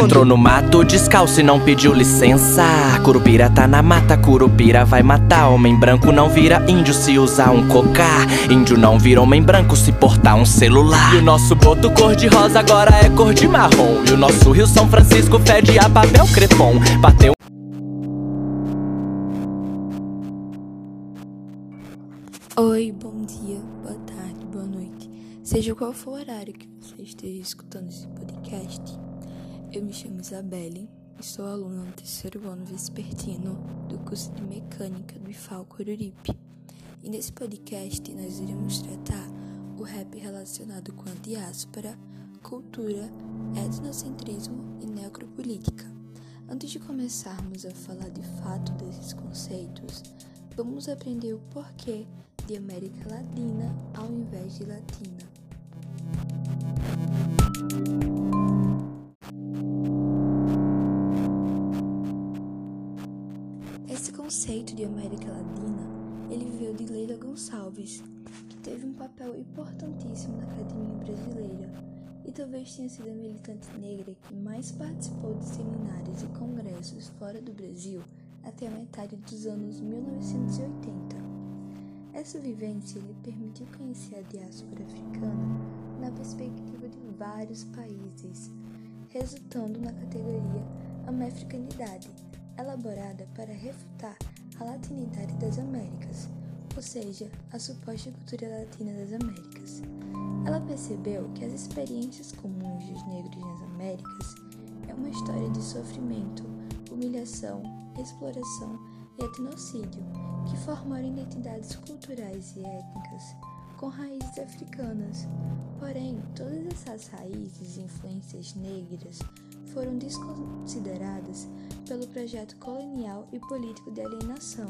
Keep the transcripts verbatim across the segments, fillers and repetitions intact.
Entrou no mato descalço e não pediu licença. Curupira tá na mata, Curupira vai matar. Homem branco não vira índio se usar um cocá. Índio não vira homem branco se portar um celular. E o nosso boto cor de rosa agora é cor de marrom. E o nosso Rio São Francisco fede a papel crepom. Bateu. Oi, bom dia, boa tarde, boa noite. Seja qual for o horário que você esteja escutando esse podcast, eu me chamo Isabelle e sou aluna do terceiro ano vespertino do curso de Mecânica do I F A O Coruripe. E nesse podcast nós iremos tratar o rap relacionado com a diáspora, cultura, etnocentrismo e necropolítica. Antes de começarmos a falar de fato desses conceitos, vamos aprender o porquê de América Latina ao invés de Latina. Esse conceito de América Latina, ele veio de Leila Gonçalves, que teve um papel importantíssimo na academia brasileira e talvez tenha sido a militante negra que mais participou de seminários e congressos fora do Brasil até a metade dos anos mil novecentos e oitenta. Essa vivência lhe permitiu conhecer a diáspora africana na perspectiva de vários países, resultando na categoria Amafricanidade, elaborada para refutar a latinidade das Américas, ou seja, a suposta cultura latina das Américas. Ela percebeu que as experiências comuns dos negros nas Américas é uma história de sofrimento, humilhação, exploração e etnocídio, que formaram identidades culturais e étnicas com raízes africanas. Porém, todas essas raízes e influências negras foram desconsideradas pelo projeto colonial e político de alienação.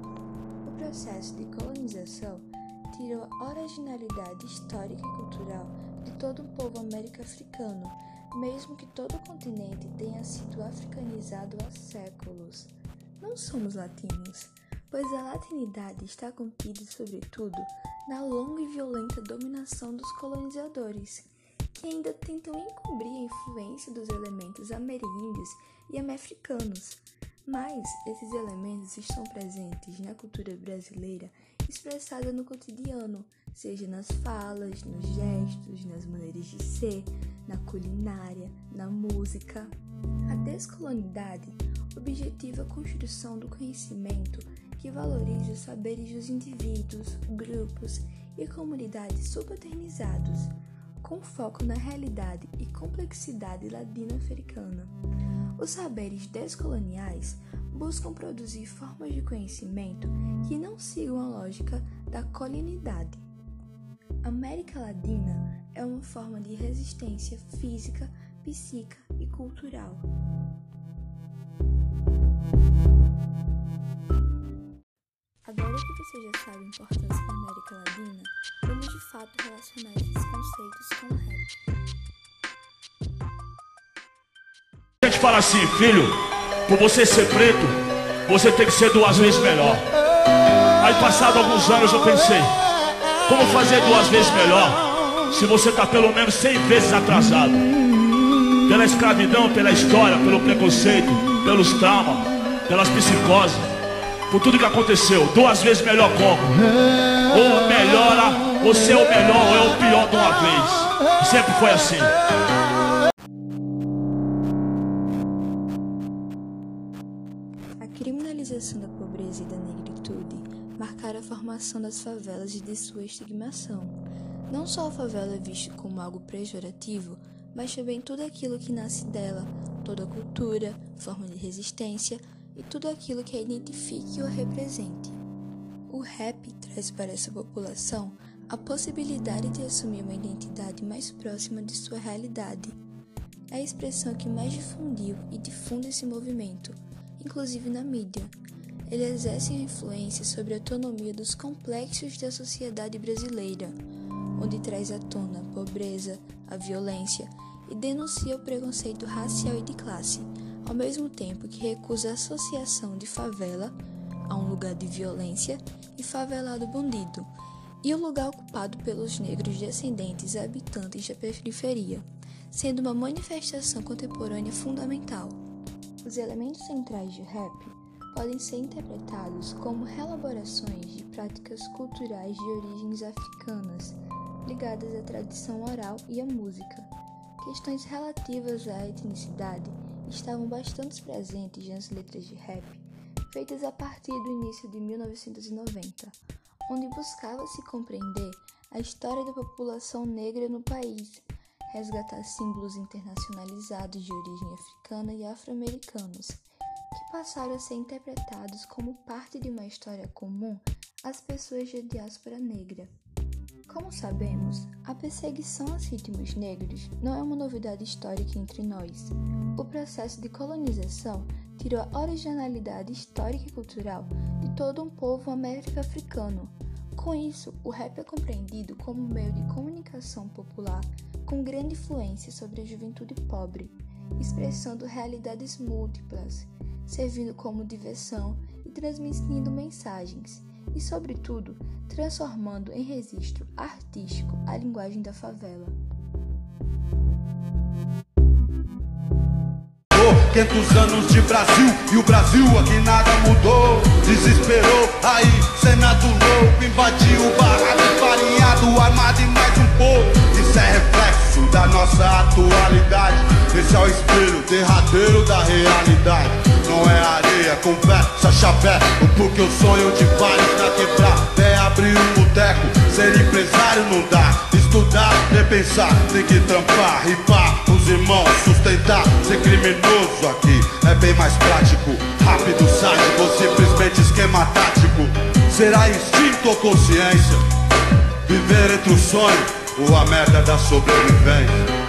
O processo de colonização tirou a originalidade histórica e cultural de todo o povo américo-africano, mesmo que todo o continente tenha sido africanizado há séculos. Não somos latinos, pois a latinidade está contida, sobretudo, na longa e violenta dominação dos colonizadores, que ainda tentam encobrir a influência dos elementos ameríndios e amafricanos. Mas esses elementos estão presentes na cultura brasileira expressada no cotidiano, seja nas falas, nos gestos, nas maneiras de ser, na culinária, na música. A descolonidade objetiva a construção do conhecimento que valorize os saberes dos indivíduos, grupos e comunidades subalternizados, com foco na realidade e complexidade latino-africana. Os saberes descoloniais buscam produzir formas de conhecimento que não sigam a lógica da colonialidade. A América Latina é uma forma de resistência física, psíquica e cultural. Agora que você já sabe a importância da América Latina, vamos de fato relacionar esses conceitos com o rap. A gente fala assim, filho, por você ser preto, você tem que ser duas vezes melhor. Aí passado alguns anos eu pensei, como fazer duas vezes melhor se você está pelo menos cem vezes atrasado? Pela escravidão, pela história, pelo preconceito, pelos traumas, pelas psicoses, por tudo que aconteceu. Duas vezes melhor como? Ou melhora, ou ser o melhor, ou é o pior de uma vez. Sempre foi assim. A criminalização da pobreza e da negritude marcaram a formação das favelas e de sua estigmação. Não só a favela é vista como algo pejorativo, mas também tudo aquilo que nasce dela, toda a cultura, forma de resistência e tudo aquilo que a identifique ou a represente. O rap traz para essa população a possibilidade de assumir uma identidade mais próxima de sua realidade. É a expressão que mais difundiu e difunde esse movimento, inclusive na mídia. Ele exerce a influência sobre a autonomia dos complexos da sociedade brasileira, onde traz à tona a pobreza, a violência e denuncia o preconceito racial e de classe, ao mesmo tempo que recusa a associação de favela a um lugar de violência e favelado bandido, e o lugar ocupado pelos negros descendentes habitantes da periferia, sendo uma manifestação contemporânea fundamental. Os elementos centrais de rap podem ser interpretados como reelaborações de práticas culturais de origens africanas, ligadas à tradição oral e à música. Questões relativas à etnicidade estavam bastante presentes nas letras de rap, feitas a partir do início de mil novecentos e noventa, onde buscava-se compreender a história da população negra no país, resgatar símbolos internacionalizados de origem africana e afro-americanos, que passaram a ser interpretados como parte de uma história comum às pessoas da diáspora negra. Como sabemos, a perseguição aos ritmos negros não é uma novidade histórica entre nós. O processo de colonização tirou a originalidade histórica e cultural de todo um povo américo-africano. Com isso, o rap é compreendido como um meio de comunicação popular com grande influência sobre a juventude pobre, expressando realidades múltiplas, servindo como diversão e transmitindo mensagens, e, sobretudo, transformando em registro artístico a linguagem da favela. quinhentos anos de Brasil, e o Brasil aqui nada mudou. Desesperou, aí Senado louco, invadiu o barraco, farinhado, armado e mais um pouco. Isso é reflexo da nossa atualidade. Esse é o espelho derradeiro da realidade. Não é areia, conversa, chapé, porque o sonho de vários na quebrada é abrir um boteco, ser empresário não dá. Estudar, repensar, tem que trampar, ripar, os irmãos, sustentar. Ser criminoso aqui é bem mais prático, rápido, sádico ou simplesmente esquema tático. Será instinto ou consciência? Viver entre o sonho ou a merda da sobrevivência?